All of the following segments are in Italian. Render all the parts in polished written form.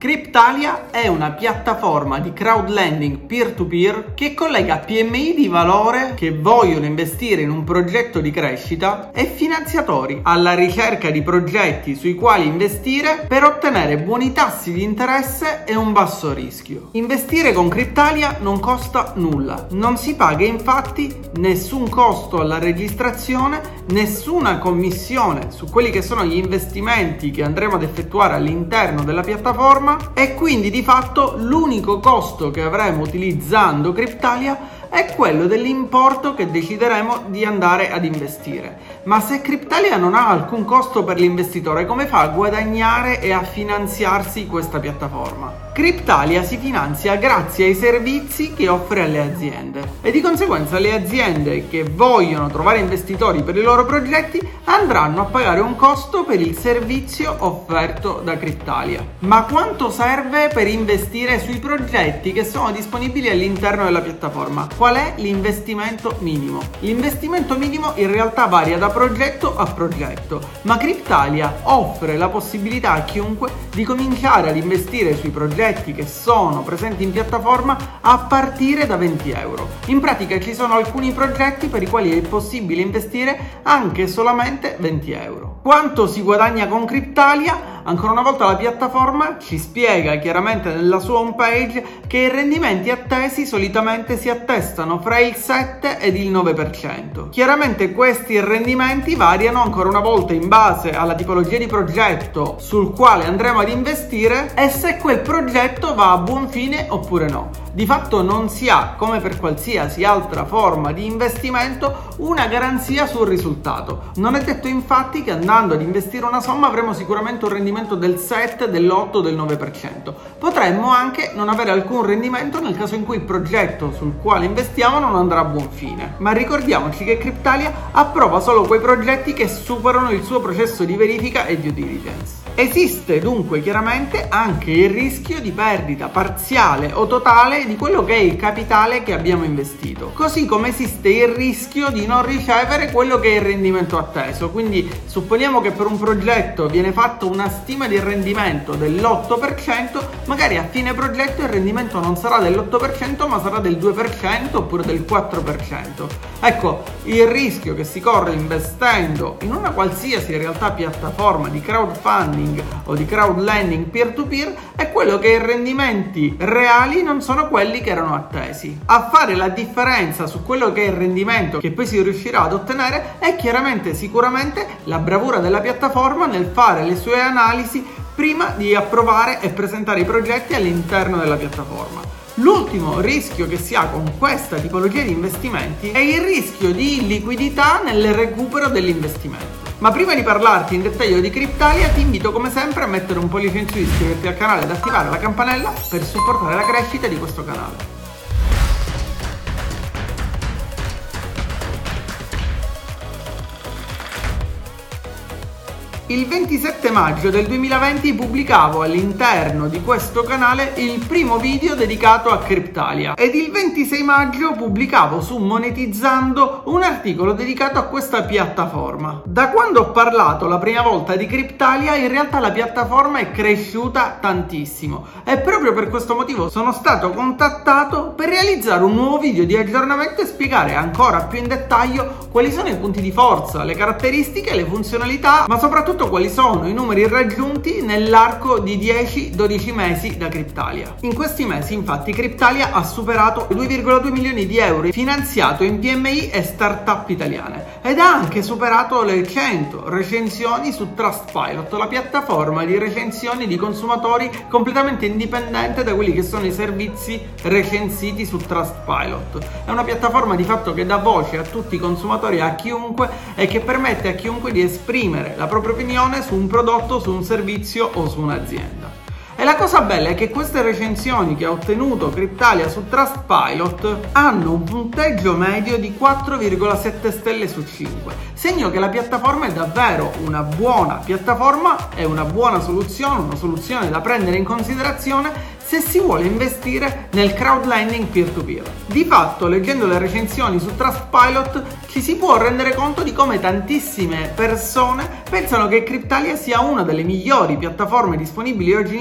Cryptalia è una piattaforma di crowdlending peer-to-peer che collega PMI di valore che vogliono investire in un progetto di crescita e finanziatori alla ricerca di progetti sui quali investire per ottenere buoni tassi di interesse e un basso rischio. Investire con Cryptalia non costa nulla, non si paga infatti nessun costo alla registrazione, nessuna commissione su quelli che sono gli investimenti che andremo ad effettuare all'interno della piattaforma. E quindi di fatto l'unico costo che avremo utilizzando Cryptalia è quello dell'importo che decideremo di andare ad investire. Ma se Cryptalia non ha alcun costo per l'investitore, come fa a guadagnare e a finanziarsi questa piattaforma? Cryptalia si finanzia grazie ai servizi che offre alle aziende e di conseguenza le aziende che vogliono trovare investitori per i loro progetti andranno a pagare un costo per il servizio offerto da Cryptalia. Ma quanto serve per investire sui progetti che sono disponibili all'interno della piattaforma? Qual è l'investimento minimo? L'investimento minimo in realtà varia da progetto a progetto, ma Cryptalia offre la possibilità a chiunque di cominciare ad investire sui progetti che sono presenti in piattaforma a partire da 20 euro. In pratica ci sono alcuni progetti per i quali è possibile investire anche solamente 20 euro. Quanto si guadagna con Cryptalia? Ancora una volta la piattaforma ci spiega chiaramente nella sua home page che i rendimenti attesi solitamente si attestano fra il 7 ed il 9%. Chiaramente questi rendimenti variano ancora una volta in base alla tipologia di progetto sul quale andremo ad investire e se quel progetto va a buon fine oppure no. Di fatto non si ha, come per qualsiasi altra forma di investimento, una garanzia sul risultato. Non è detto infatti che andando ad investire una somma avremo sicuramente un rendimento del 7, dell'8, del 9%. Potremmo anche non avere alcun rendimento nel caso in cui il progetto sul quale investiamo non andrà a buon fine. Ma ricordiamoci che Cryptalia approva solo quei progetti che superano il suo processo di verifica e due diligence. Esiste dunque chiaramente anche il rischio di perdita parziale o totale di quello che è il capitale che abbiamo investito, così come esiste il rischio di non ricevere quello che è il rendimento atteso. Quindi supponiamo che per un progetto viene fatta una stima di rendimento dell'8%, magari a fine progetto il rendimento non sarà dell'8% ma sarà del 2% oppure del 4%. Ecco, il rischio che si corre investendo in una qualsiasi in realtà piattaforma di crowdfunding o di crowdlending peer-to-peer è quello che i rendimenti reali non sono quelli che erano attesi. A fare la differenza su quello che è il rendimento che poi si riuscirà ad ottenere è chiaramente sicuramente la bravura della piattaforma nel fare le sue analisi prima di approvare e presentare i progetti all'interno della piattaforma. L'ultimo rischio che si ha con questa tipologia di investimenti è il rischio di illiquidità nel recupero dell'investimento. Ma prima di parlarti in dettaglio di Cryptalia ti invito come sempre a mettere un pollice in su, iscriverti al canale ed attivare la campanella per supportare la crescita di questo canale. Il 27 maggio del 2020 pubblicavo all'interno di questo canale il primo video dedicato a Cryptalia ed il 26 maggio pubblicavo su Monetizzando un articolo dedicato a questa piattaforma. Da quando ho parlato la prima volta di Cryptalia in realtà la piattaforma è cresciuta tantissimo e proprio per questo motivo sono stato contattato per realizzare un nuovo video di aggiornamento e spiegare ancora più in dettaglio quali sono i punti di forza, le caratteristiche, le funzionalità, ma soprattutto quali sono i numeri raggiunti nell'arco di 10-12 mesi da Cryptalia. In questi mesi infatti Cryptalia ha superato i 2,2 milioni di euro finanziato in PMI e startup italiane ed ha anche superato le 100 recensioni su Trustpilot, la piattaforma di recensioni di consumatori completamente indipendente da quelli che sono i servizi recensiti su Trustpilot. È una piattaforma di fatto che dà voce a tutti i consumatori, a chiunque, e che permette a chiunque di esprimere la propria opinione su un prodotto, su un servizio o su un'azienda. E la cosa bella è che queste recensioni che ha ottenuto Cryptalia su Trustpilot hanno un punteggio medio di 4,7 stelle su 5, segno che la piattaforma è davvero una buona piattaforma, è una buona soluzione, una soluzione da prendere in considerazione se si vuole investire nel crowdlending peer-to-peer. Di fatto, leggendo le recensioni su Trustpilot ci si può rendere conto di come tantissime persone pensano che Cryptalia sia una delle migliori piattaforme disponibili oggi in Italia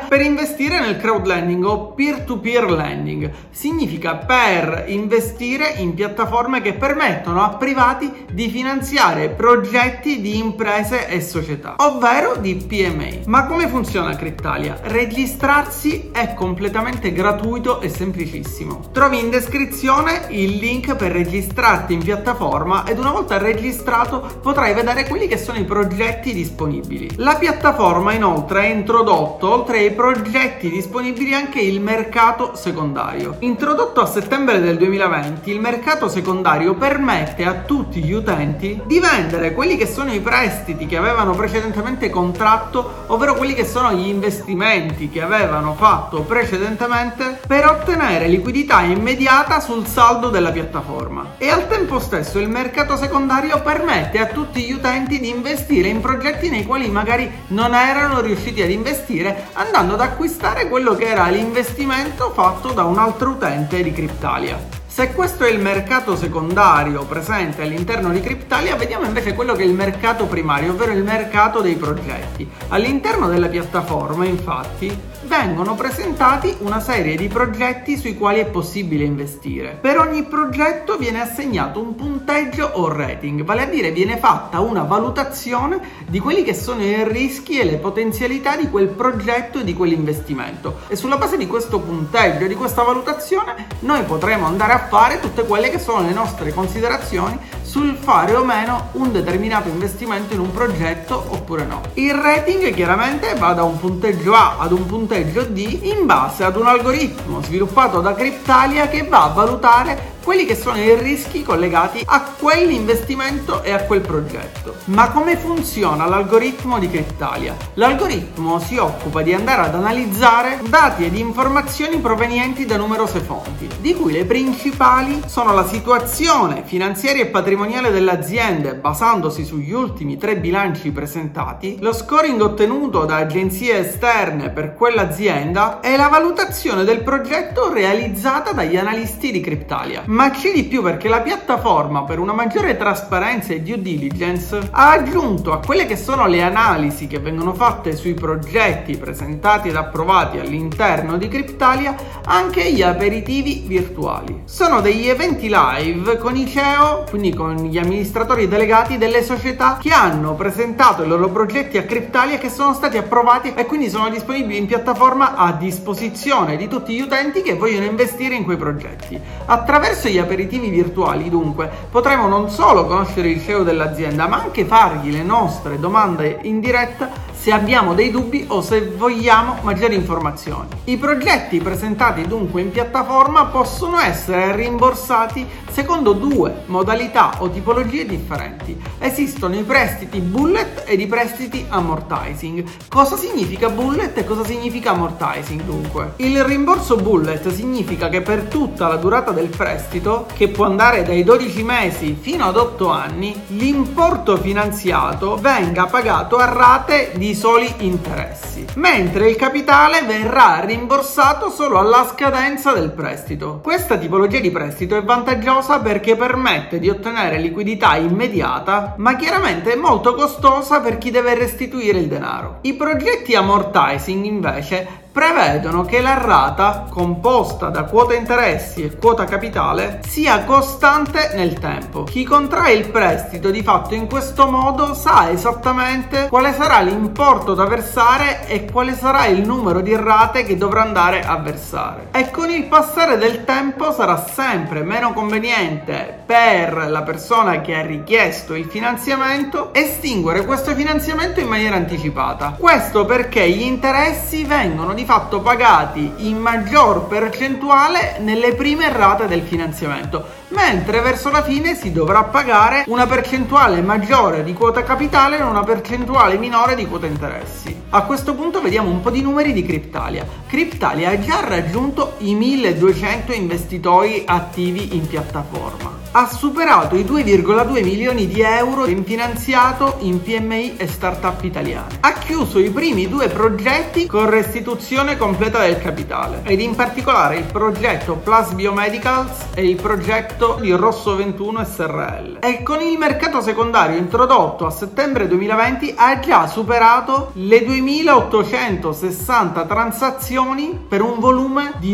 per investire nel crowdlending o peer-to-peer lending. Significa per investire in piattaforme che permettono a privati di finanziare progetti di imprese e società, ovvero di PMI. Ma come funziona Cryptalia? Registrarsi è completamente gratuito e semplicissimo. Trovi in descrizione il link per registrarti in piattaforma ed una volta registrato potrai vedere quelli che sono i progetti disponibili. La piattaforma inoltre ha introdotto, oltre ai progetti disponibili, anche il mercato secondario. Introdotto a settembre del 2020, il mercato secondario permette a tutti gli utenti di vendere quelli che sono i prestiti che avevano precedentemente contratto, ovvero quelli che sono gli investimenti che avevano fatto precedentemente, per ottenere liquidità immediata sul saldo della piattaforma. E al tempo stesso il mercato secondario permette a tutti gli utenti di investire in progetti nei quali magari non erano riusciti ad investire, andando ad acquistare quello che era l'investimento fatto da un altro utente di Cryptalia. Se questo è il mercato secondario presente all'interno di Cryptalia, vediamo invece quello che è il mercato primario, ovvero il mercato dei progetti. All'interno della piattaforma, infatti, vengono presentati una serie di progetti sui quali è possibile investire. Per ogni progetto viene assegnato un punteggio o rating, vale a dire viene fatta una valutazione di quelli che sono i rischi e le potenzialità di quel progetto e di quell'investimento. E sulla base di questo punteggio, di questa valutazione, noi potremo andare a fare tutte quelle che sono le nostre considerazioni sul fare o meno un determinato investimento in un progetto oppure no. Il rating chiaramente va da un punteggio A ad un punteggio D in base ad un algoritmo sviluppato da Cryptalia che va a valutare quelli che sono i rischi collegati a quell'investimento e a quel progetto. Ma come funziona l'algoritmo di Cryptalia? L'algoritmo si occupa di andare ad analizzare dati ed informazioni provenienti da numerose fonti, di cui le principali sono la situazione finanziaria e patrimoniale delle aziende basandosi sugli ultimi 3 bilanci presentati, lo scoring ottenuto da agenzie esterne per quell'azienda e la valutazione del progetto realizzata dagli analisti di Cryptalia. Ma c'è di più, perché la piattaforma, per una maggiore trasparenza e due diligence, ha aggiunto a quelle che sono le analisi che vengono fatte sui progetti presentati ed approvati all'interno di Cryptalia anche gli aperitivi virtuali. Sono degli eventi live con i CEO, quindi con gli amministratori delegati delle società che hanno presentato i loro progetti a Cryptalia, che sono stati approvati e quindi sono disponibili in piattaforma a disposizione di tutti gli utenti che vogliono investire in quei progetti. Attraverso gli aperitivi virtuali, dunque, potremo non solo conoscere il CEO dell'azienda, ma anche fargli le nostre domande in diretta se abbiamo dei dubbi o se vogliamo maggiori informazioni. I progetti presentati dunque in piattaforma possono essere rimborsati secondo 2 modalità o tipologie differenti. Esistono i prestiti bullet ed i prestiti amortizing. Cosa significa bullet e cosa significa amortizing dunque? Il rimborso bullet significa che per tutta la durata del prestito, che può andare dai 12 mesi fino ad 8 anni, l'importo finanziato venga pagato a rate di soli interessi, mentre il capitale verrà rimborsato solo alla scadenza del prestito. Questa tipologia di prestito è vantaggiosa perché permette di ottenere liquidità immediata, ma chiaramente è molto costosa per chi deve restituire il denaro. I progetti amortizing invece prevedono che la rata, composta da quota interessi e quota capitale, sia costante nel tempo. Chi contrae il prestito di fatto in questo modo sa esattamente quale sarà l'importo da versare e quale sarà il numero di rate che dovrà andare a versare. E con il passare del tempo sarà sempre meno conveniente per la persona che ha richiesto il finanziamento estinguere questo finanziamento in maniera anticipata. Questo perché gli interessi vengono di fatto pagati in maggior percentuale nelle prime rate del finanziamento, mentre verso la fine si dovrà pagare una percentuale maggiore di quota capitale e una percentuale minore di quota interessi. A questo punto vediamo un po' di numeri di Cryptalia. Cryptalia ha già raggiunto i 1200 investitori attivi in piattaforma. ha superato i 2,2 milioni di euro finanziato in PMI e startup italiane. Ha chiuso i primi 2 progetti con restituzione completa del capitale, ed in particolare il progetto Plus Biomedicals e il progetto di Rosso 21 SRL. E con il mercato secondario introdotto a settembre 2020 ha già superato le 2860 transazioni per un volume di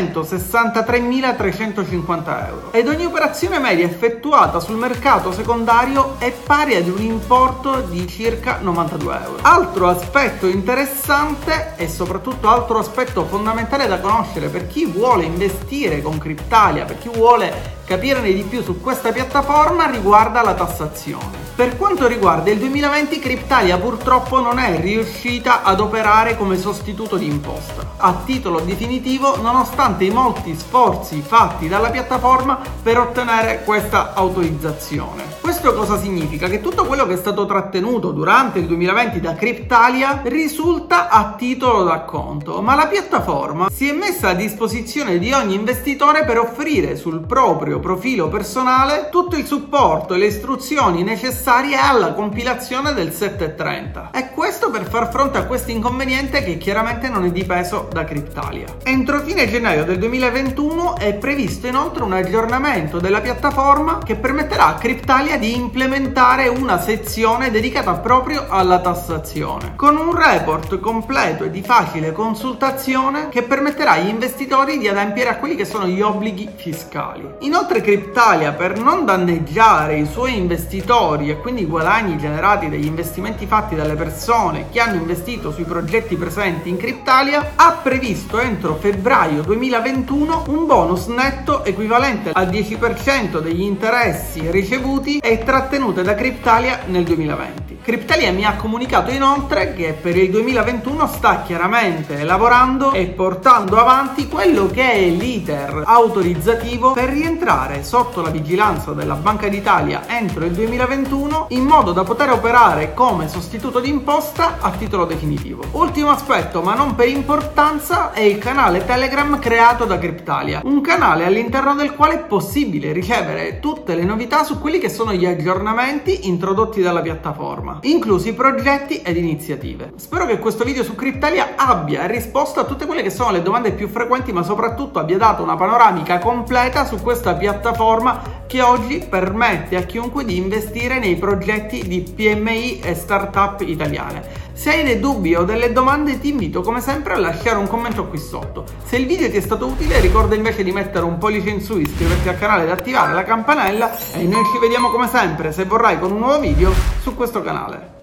263.350 euro. Ed ogni operazione media effettuata sul mercato secondario è pari ad un importo di circa 92 euro. Altro aspetto interessante e soprattutto altro aspetto fondamentale da conoscere per chi vuole investire con Cryptalia, per chi vuole capirne di più su questa piattaforma, riguarda la tassazione. Per quanto riguarda il 2020, Cryptalia purtroppo non è riuscita ad operare come sostituto di imposta a titolo definitivo, nonostante i molti sforzi fatti dalla piattaforma per ottenere questa autorizzazione. Questo cosa significa? Che tutto quello che è stato trattenuto durante il 2020 da Cryptalia risulta a titolo d'acconto, ma la piattaforma si è messa a disposizione di ogni investitore per offrire sul proprio profilo personale tutto il supporto e le istruzioni necessarie alla compilazione del 730. E questo per far fronte a questo inconveniente che chiaramente non è dipeso da Cryptalia. Entro fine gennaio del 2021 è previsto inoltre un aggiornamento della piattaforma che permetterà a Cryptalia di implementare una sezione dedicata proprio alla tassazione, con un report completo e di facile consultazione che permetterà agli investitori di adempiere a quelli che sono gli obblighi fiscali. Inoltre Cryptalia, per non danneggiare i suoi investitori e quindi i guadagni generati dagli investimenti fatti dalle persone che hanno investito sui progetti presenti in Cryptalia, ha previsto entro febbraio 2021 un bonus netto equivalente al 10% degli interessi ricevuti e trattenute da Cryptalia nel 2020. Cryptalia mi ha comunicato inoltre che per il 2021 sta chiaramente lavorando e portando avanti quello che è l'iter autorizzativo per rientrare sotto la vigilanza della Banca d'Italia entro il 2021, in modo da poter operare come sostituto di imposta a titolo definitivo. Ultimo aspetto, ma non per importanza, è il canale Telegram creato da Cryptalia, un canale all'interno del quale è possibile ricevere tutte le novità su quelli che sono gli aggiornamenti introdotti dalla piattaforma, inclusi progetti ed iniziative. Spero che questo video su Cryptalia abbia risposto a tutte quelle che sono le domande più frequenti, ma soprattutto abbia dato una panoramica completa su questa piattaforma che oggi permette a chiunque di investire nei progetti di PMI e startup italiane. Se hai dei dubbi o delle domande ti invito come sempre a lasciare un commento qui sotto. Se il video ti è stato utile ricorda invece di mettere un pollice in su, iscriverti al canale ed attivare la campanella, e noi ci vediamo come sempre, se vorrai, con un nuovo video su questo canale.